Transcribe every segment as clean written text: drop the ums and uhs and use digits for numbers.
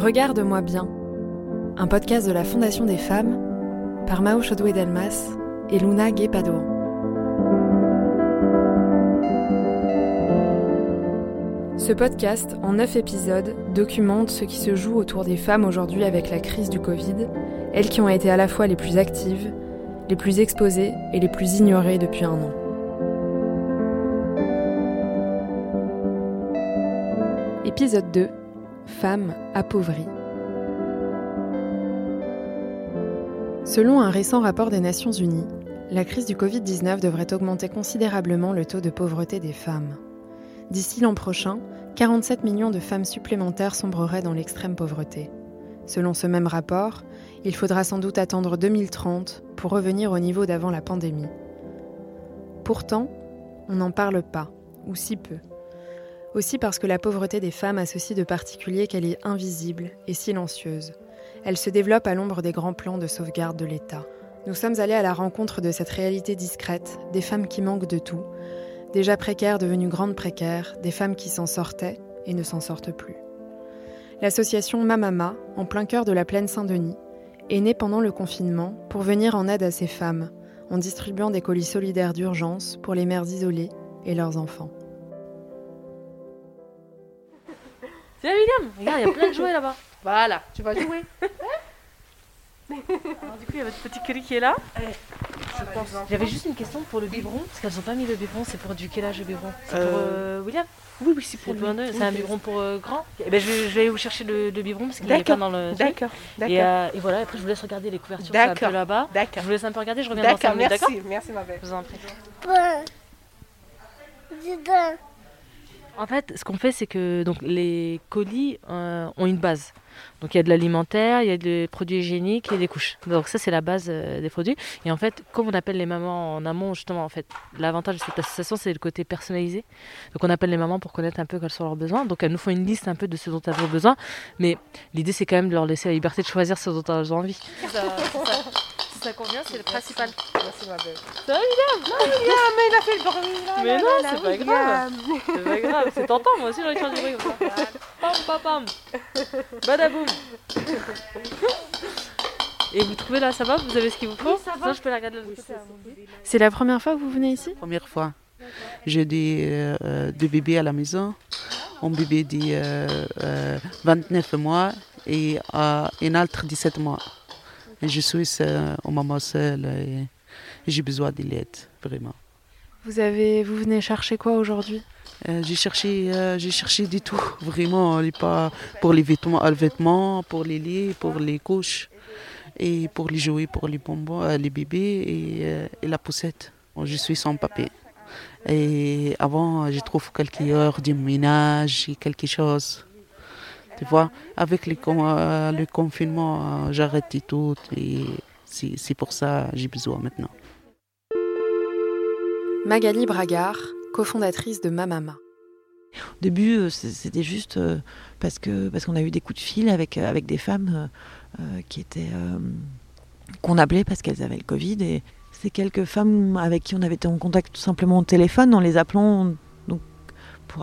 Regarde-moi bien, un podcast de la Fondation des femmes par Mao Chodoué-Delmas et Luna Guépado. Ce podcast, en 9 épisodes, documente ce qui se joue autour des femmes aujourd'hui avec la crise du Covid, elles qui ont été à la fois les plus actives, les plus exposées et les plus ignorées depuis 1 an. Épisode 2. Femmes appauvries. Selon un récent rapport des Nations Unies, la crise du Covid-19 devrait augmenter considérablement le taux de pauvreté des femmes. D'ici l'an prochain, 47 millions de femmes supplémentaires sombreraient dans l'extrême pauvreté. Selon ce même rapport, il faudra sans doute attendre 2030 pour revenir au niveau d'avant la pandémie. Pourtant, on n'en parle pas, ou si peu. Aussi parce que la pauvreté des femmes a ceci de particulier qu'elle est invisible et silencieuse. Elle se développe à l'ombre des grands plans de sauvegarde de l'État. Nous sommes allés à la rencontre de cette réalité discrète, des femmes qui manquent de tout, déjà précaires devenues grandes précaires, des femmes qui s'en sortaient et ne s'en sortent plus. L'association Mamama, en plein cœur de la plaine Saint-Denis, est née pendant le confinement pour venir en aide à ces femmes, en distribuant des colis solidaires d'urgence pour les mères isolées et leurs enfants. C'est là, William, regarde, il y a plein de jouets là-bas. Voilà, tu vas jouer. Alors, du coup, il y a votre petit curry qui est là. J'avais juste une question pour le biberon, parce qu'elles n'ont pas mis le biberon, c'est pour du quel âge le biberon? C'est pour William? Oui, c'est pour lui. lui. C'est un biberon pour grand? Eh ben, je vais vous chercher le biberon, parce qu'il n'est pas dans le... D'accord. Et voilà, après je vous laisse regarder les couvertures, c'est un peu là-bas. D'accord. Je vous laisse un peu regarder, je reviens dans 5 minutes, d'accord? Merci ma belle. Je vous en prie. En fait, ce qu'on fait, c'est que donc, les colis ont une base. Donc il y a de l'alimentaire, il y a des produits hygiéniques et des couches. Donc ça, c'est la base des produits. Et en fait, comme on appelle les mamans en amont, justement, en fait, l'avantage de cette association, c'est le côté personnalisé. Donc on appelle les mamans pour connaître un peu quels sont leurs besoins. Donc elles nous font une liste un peu de ce dont elles ont besoin. Mais l'idée, c'est quand même de leur laisser la liberté de choisir ce dont elles ont envie. Ça convient, c'est le principal. Merci ma belle. Ça va, William? Non, William, mais il a fait le bruit là. Mais non, c'est pas grave. C'est pas grave, c'est tentant, moi aussi j'aurais changé de bruit comme ça. Pam, pam, pam. Badaboum. Et vous trouvez là, ça va? Vous avez ce qu'il vous faut? Oui, ça va. Sinon, je peux la regarder de l'autre côté. C'est la première fois que vous venez ici ? Première fois. J'ai deux bébés à la maison. Un bébé de 29 mois et un autre 17 mois. Et je suis une maman seule et j'ai besoin de l'aide, vraiment. Vous venez chercher quoi aujourd'hui ? J'ai cherché du tout, vraiment, pas pour les vêtements, pour les lits, pour les couches, et pour les jouets, pour les bonbons, les bébés et la poussette. Je suis sans papier. Et avant, je trouve quelques heures de ménage, quelque chose. Tu vois, avec le confinement, j'arrête tout et c'est pour ça que j'ai besoin maintenant. Magali Bragard, cofondatrice de Mamama. Au début, c'était juste parce qu'on a eu des coups de fil avec des femmes qu'on appelait parce qu'elles avaient le Covid. Et c'est quelques femmes avec qui on avait été en contact tout simplement au téléphone, en les appelant donc, pour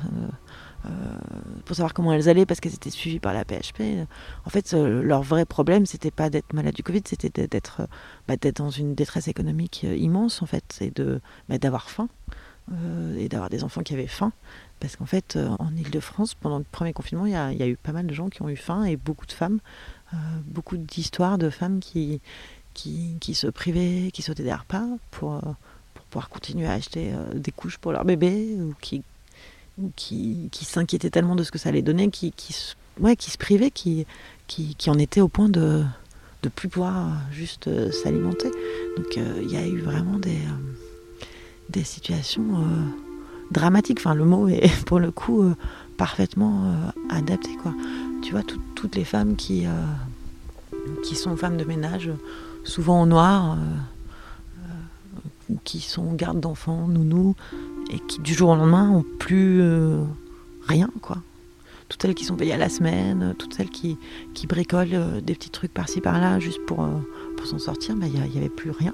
savoir comment elles allaient parce qu'elles étaient suivies par la PHP. En fait, leur vrai problème, c'était pas d'être malade du Covid, c'était d'être dans une détresse économique immense en fait, et d'avoir faim et d'avoir des enfants qui avaient faim. Parce qu'en fait, en Ile-de-France, pendant le premier confinement, il y a eu pas mal de gens qui ont eu faim et beaucoup de femmes, beaucoup d'histoires de femmes qui se privaient, qui sautaient des repas pour pouvoir continuer à acheter des couches pour leur bébé ou qui s'inquiétaient tellement de ce que ça allait donner, qui se privaient, qui en étaient au point de plus pouvoir juste s'alimenter. Donc il y a eu vraiment des situations dramatiques. Enfin, le mot est pour le coup parfaitement adapté, quoi. Tu vois, toutes les femmes qui sont femmes de ménage, souvent en noir, qui sont gardes d'enfants, nounous, et qui du jour au lendemain ont plus rien, quoi. Toutes celles qui sont payées à la semaine, toutes celles qui bricolent des petits trucs par-ci par-là juste pour s'en sortir, il n'y avait plus rien.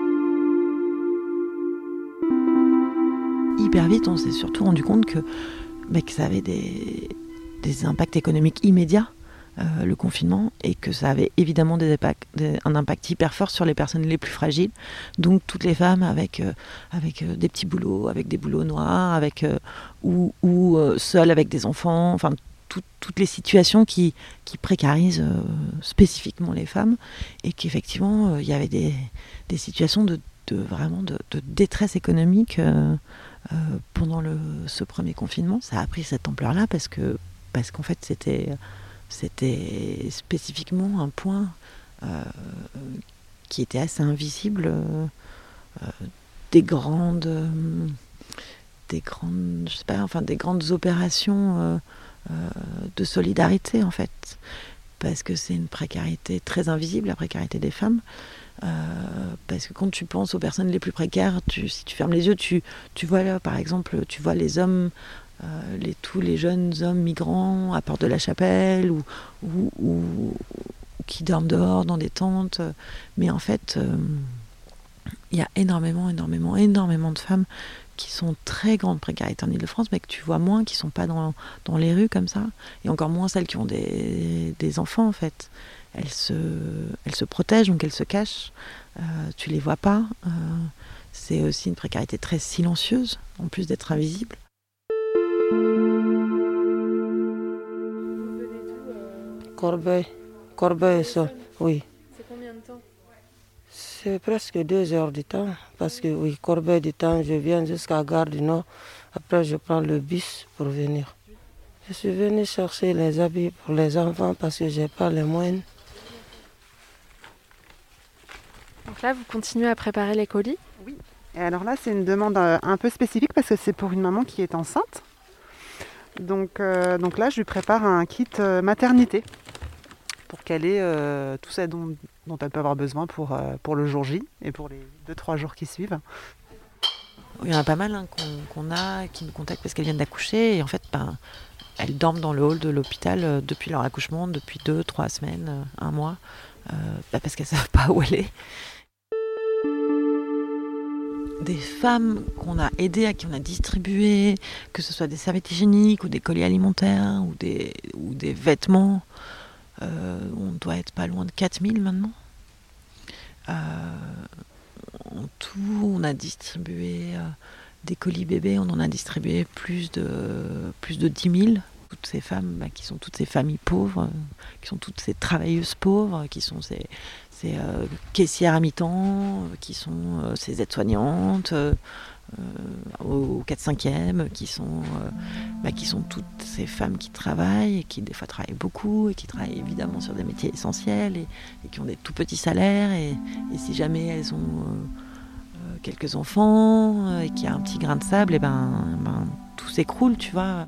Hyper vite, on s'est surtout rendu compte que que ça avait des impacts économiques immédiats, le confinement, et que ça avait évidemment un impact hyper fort sur les personnes les plus fragiles. Donc toutes les femmes avec des petits boulots, avec des boulots noirs, ou seules avec des enfants, enfin toutes les situations qui précarisent spécifiquement les femmes, et qu'effectivement il y avait des situations de détresse économique pendant ce premier confinement. Ça a pris cette ampleur-là parce qu'en fait c'était spécifiquement un point qui était assez invisible, des grandes opérations de solidarité, en fait, parce que c'est une précarité très invisible, la précarité des femmes. Parce que quand tu penses aux personnes les plus précaires, si tu fermes les yeux, tu vois là, par exemple, tu vois les hommes, tous les jeunes hommes migrants à Porte de la Chapelle, ou qui dorment dehors dans des tentes. Mais en fait, il y a énormément de femmes qui sont en très grande précarité en Ile-de-France, mais que tu vois moins, qui sont pas dans les rues comme ça, et encore moins celles qui ont des enfants, en fait. Elles se protègent, donc elles se cachent. Tu les vois pas. C'est aussi une précarité très silencieuse, en plus d'être invisible. Corbeil, ça, oui. C'est combien de temps? C'est presque 2 heures du temps, parce que oui, Corbeil du temps, je viens jusqu'à Gare du Nord, après je prends le bus pour venir. Je suis venue chercher les habits pour les enfants parce que j'ai pas les moyens. Donc là, vous continuez à préparer les colis? Oui. Et alors là, c'est une demande un peu spécifique parce que c'est pour une maman qui est enceinte. Donc là, je lui prépare un kit maternité pour qu'elle ait tout ça dont elle peut avoir besoin pour le jour J et pour les 2-3 jours qui suivent. Il y en a pas mal qu'on a qui nous contactent parce qu'elles viennent d'accoucher, et en fait, elles dorment dans le hall de l'hôpital depuis leur accouchement, depuis 2-3 semaines, 1 mois, parce qu'elles ne savent pas où aller. Des femmes qu'on a aidées, à qui on a distribué, que ce soit des serviettes hygiéniques ou des colis alimentaires ou des vêtements, on doit être pas loin de 4000 maintenant. En tout, on a distribué des colis bébés, on en a distribué plus de 10 000. Toutes ces femmes qui sont toutes ces familles pauvres, qui sont toutes ces travailleuses pauvres, qui sont ces caissières à mi-temps, qui sont ces aides-soignantes au 4-5e, qui sont toutes ces femmes qui travaillent, et qui des fois travaillent beaucoup, et qui travaillent évidemment sur des métiers essentiels, et qui ont des tout petits salaires, et si jamais elles ont quelques enfants, et qu'il y a un petit grain de sable, et tout s'écroule, tu vois.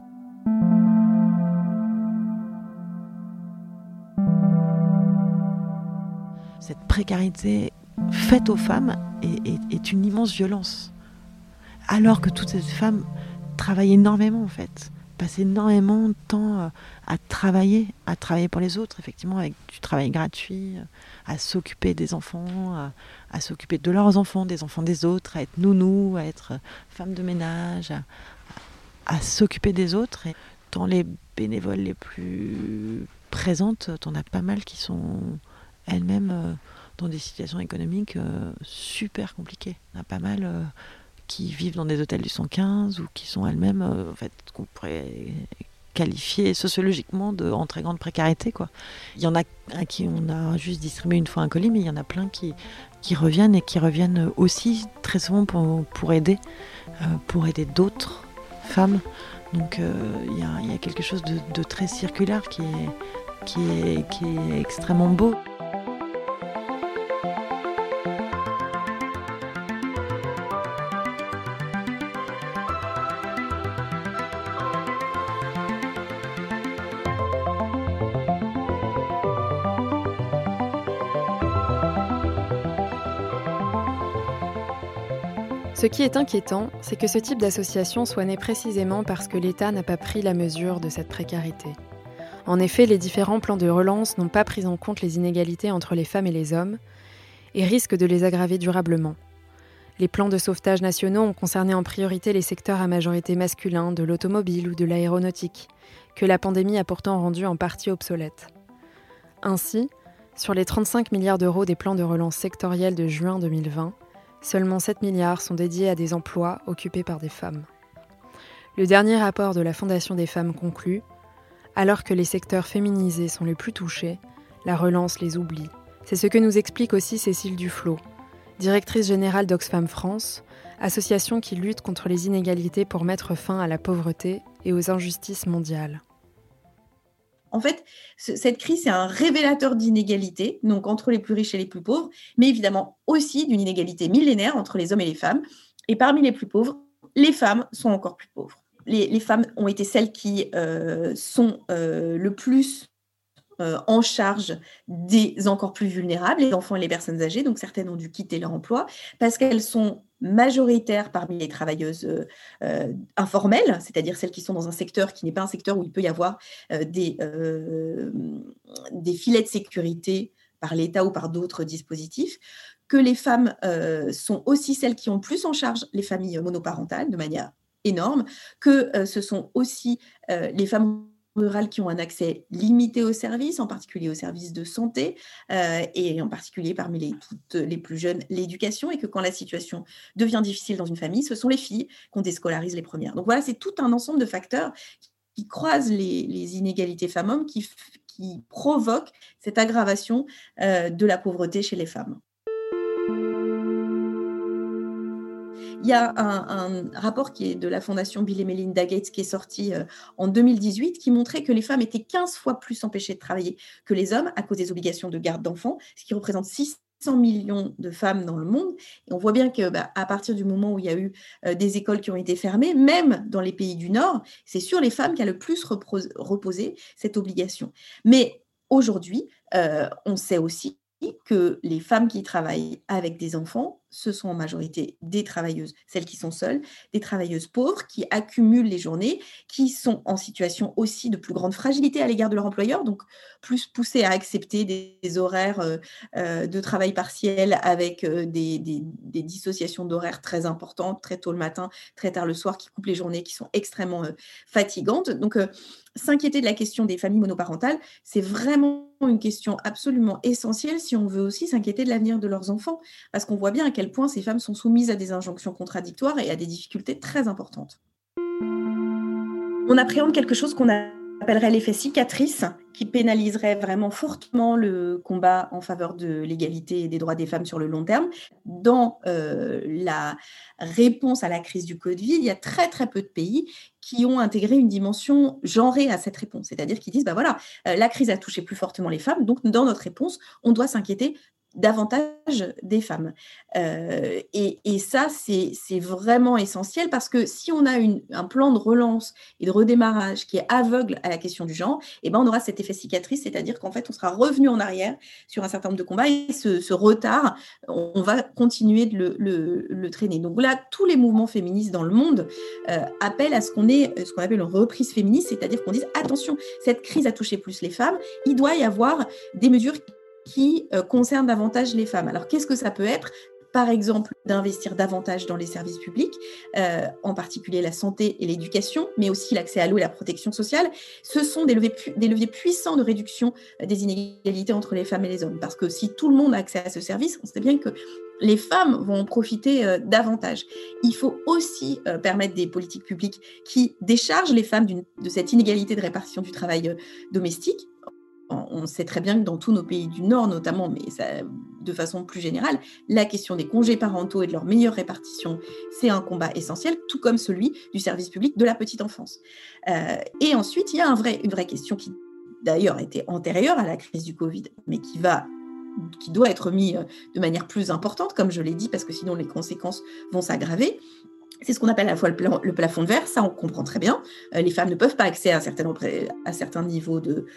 Cette précarité faite aux femmes est une immense violence. Alors que toutes ces femmes travaillent énormément, en fait. Passent énormément de temps à travailler pour les autres, effectivement, avec du travail gratuit, à s'occuper des enfants, à s'occuper de leurs enfants, des enfants des autres, à être nounou, à être femme de ménage, à s'occuper des autres. Et dans les bénévoles les plus présentes, t'en as pas mal qui sont elles-mêmes dans des situations économiques super compliquées. Il y en a pas mal qui vivent dans des hôtels du 115 ou qui sont elles-mêmes, en fait, qu'on pourrait qualifier sociologiquement en très grande précarité, quoi. Il y en a à qui on a juste distribué une fois un colis, mais il y en a plein qui reviennent, et qui reviennent aussi très souvent pour aider d'autres femmes. Donc il y a quelque chose de très circulaire qui est extrêmement beau. Ce qui est inquiétant, c'est que ce type d'association soit né précisément parce que l'État n'a pas pris la mesure de cette précarité. En effet, les différents plans de relance n'ont pas pris en compte les inégalités entre les femmes et les hommes et risquent de les aggraver durablement. Les plans de sauvetage nationaux ont concerné en priorité les secteurs à majorité masculin, de l'automobile ou de l'aéronautique, que la pandémie a pourtant rendu en partie obsolètes. Ainsi, sur les 35 milliards d'euros des plans de relance sectoriels de juin 2020, seulement 7 milliards sont dédiés à des emplois occupés par des femmes. Le dernier rapport de la Fondation des femmes conclut « Alors que les secteurs féminisés sont les plus touchés, la relance les oublie ». C'est ce que nous explique aussi Cécile Duflot, directrice générale d'Oxfam France, association qui lutte contre les inégalités pour mettre fin à la pauvreté et aux injustices mondiales. En fait, cette crise, c'est un révélateur d'inégalités, donc entre les plus riches et les plus pauvres, mais évidemment aussi d'une inégalité millénaire entre les hommes et les femmes. Et parmi les plus pauvres, les femmes sont encore plus pauvres. Les femmes ont été celles qui sont le plus en charge des encore plus vulnérables, les enfants et les personnes âgées. Donc certaines ont dû quitter leur emploi parce qu'elles sont majoritaires parmi les travailleuses informelles, c'est-à-dire celles qui sont dans un secteur qui n'est pas un secteur où il peut y avoir des filets de sécurité par l'État ou par d'autres dispositifs, que les femmes sont aussi celles qui ont le plus en charge les familles monoparentales de manière énorme, que ce sont aussi les femmes rurales qui ont un accès limité aux services, en particulier aux services de santé, et en particulier parmi toutes les plus jeunes, l'éducation, et que quand la situation devient difficile dans une famille, ce sont les filles qu'on déscolarise les premières. Donc voilà, c'est tout un ensemble de facteurs qui croisent les inégalités femmes-hommes, qui provoquent cette aggravation de la pauvreté chez les femmes. Il y a un rapport qui est de la fondation Bill et Melinda Gates qui est sorti en 2018 qui montrait que les femmes étaient 15 fois plus empêchées de travailler que les hommes à cause des obligations de garde d'enfants, ce qui représente 600 millions de femmes dans le monde. Et on voit bien que à partir du moment où il y a eu des écoles qui ont été fermées, même dans les pays du Nord, c'est sur les femmes qu'a le plus reposé cette obligation. Mais aujourd'hui, on sait aussi que les femmes qui travaillent avec des enfants, ce sont en majorité des travailleuses, celles qui sont seules, des travailleuses pauvres qui accumulent les journées, qui sont en situation aussi de plus grande fragilité à l'égard de leur employeur, donc plus poussées à accepter des horaires de travail partiel avec des dissociations d'horaires très importantes, très tôt le matin, très tard le soir, qui coupent les journées, qui sont extrêmement fatigantes. Donc, s'inquiéter de la question des familles monoparentales, c'est vraiment une question absolument essentielle si on veut aussi s'inquiéter de l'avenir de leurs enfants, parce qu'on voit bien à quel point ces femmes sont soumises à des injonctions contradictoires et à des difficultés très importantes. On appréhende quelque chose qu'on appellerait l'effet cicatrice, qui pénaliserait vraiment fortement le combat en faveur de l'égalité et des droits des femmes sur le long terme. Dans la réponse à la crise du Covid, il y a très très peu de pays qui ont intégré une dimension genrée à cette réponse, c'est-à-dire qui disent, la crise a touché plus fortement les femmes, donc dans notre réponse, on doit s'inquiéter davantage des femmes. Et ça, c'est vraiment essentiel parce que si on a un plan de relance et de redémarrage qui est aveugle à la question du genre, on aura cet effet cicatrice, c'est-à-dire qu'en fait, on sera revenu en arrière sur un certain nombre de combats et ce retard, on va continuer de le traîner. Donc là, tous les mouvements féministes dans le monde appellent à ce qu'on appelle une reprise féministe, c'est-à-dire qu'on dise attention, cette crise a touché plus les femmes, il doit y avoir des mesures qui concernent davantage les femmes. Alors, qu'est-ce que ça peut être ? Par exemple, d'investir davantage dans les services publics, en particulier la santé et l'éducation, mais aussi l'accès à l'eau et la protection sociale. Ce sont des leviers puissants de réduction des inégalités entre les femmes et les hommes. Parce que si tout le monde a accès à ce service, on sait bien que les femmes vont en profiter davantage. Il faut aussi permettre des politiques publiques qui déchargent les femmes de cette inégalité de répartition du travail domestique. On sait très bien que dans tous nos pays du Nord notamment, mais ça, de façon plus générale, la question des congés parentaux et de leur meilleure répartition, c'est un combat essentiel, tout comme celui du service public de la petite enfance. Et ensuite, il y a une vraie question qui d'ailleurs était antérieure à la crise du Covid, mais qui doit être mise de manière plus importante, comme je l'ai dit, parce que sinon les conséquences vont s'aggraver. C'est ce qu'on appelle à la fois le plafond de verre, ça on comprend très bien. Les femmes ne peuvent pas accéder à certains niveaux de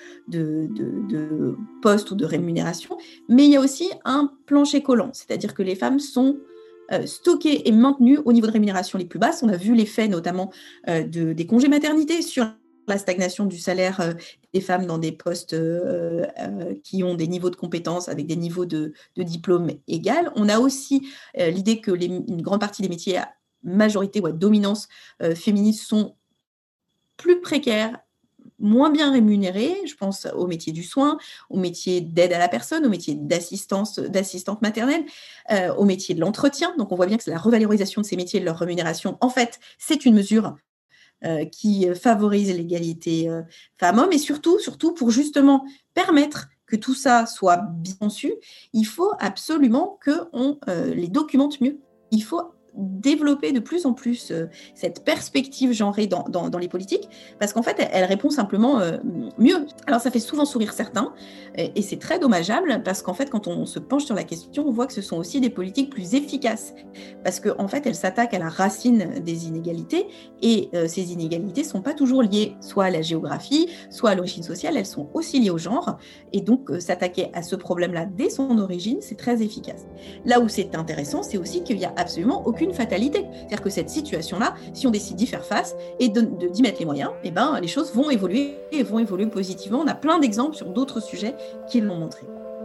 poste ou de rémunération, mais il y a aussi un plancher collant, c'est-à-dire que les femmes sont stockées et maintenues au niveau de rémunération les plus basses. On a vu l'effet notamment des congés maternité sur la stagnation du salaire des femmes dans des postes qui ont des niveaux de compétences avec des niveaux de diplôme égal. On a aussi l'idée que une grande partie des métiers à majorité ou à dominance féministe sont plus précaires, moins bien rémunérés. Je pense au métier du soin, au métier d'aide à la personne, au métier d'assistante maternelle, au métier de l'entretien. Donc, on voit bien que c'est la revalorisation de ces métiers et de leur rémunération. En fait, c'est une mesure qui favorise l'égalité femmes-hommes et surtout pour justement permettre que tout ça soit bien su, il faut absolument qu'on les documente mieux. Il faut développer de plus en plus cette perspective genrée dans les politiques, parce qu'en fait, elle répond simplement mieux. Alors, ça fait souvent sourire certains, et c'est très dommageable, parce qu'en fait, quand on se penche sur la question, on voit que ce sont aussi des politiques plus efficaces, parce qu'en fait, elles s'attaquent à la racine des inégalités, et ces inégalités ne sont pas toujours liées soit à la géographie, soit à l'origine sociale, elles sont aussi liées au genre, et donc s'attaquer à ce problème-là dès son origine, c'est très efficace. Là où c'est intéressant, c'est aussi qu'il n'y a absolument aucune fatalité. C'est-à-dire que cette situation-là, si on décide d'y faire face et d'y mettre les moyens, eh ben, les choses vont évoluer et vont évoluer positivement. On a plein d'exemples sur d'autres sujets qui l'ont montré.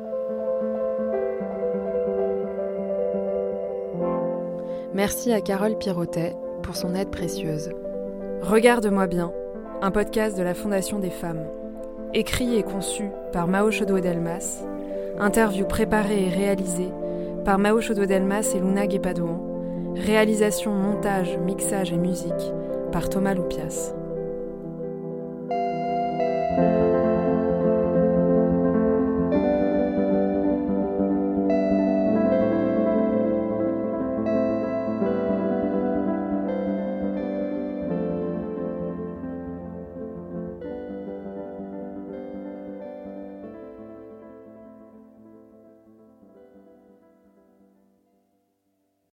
Merci à Carole Pirotet pour son aide précieuse. Regarde-moi bien, un podcast de la Fondation des femmes. Écrit et conçu par Mao Chodo-Delmas. Interview préparée et réalisée par Mao Chodo-Delmas et Luna Guépadouan. Réalisation, montage, mixage et musique par Thomas Loupias.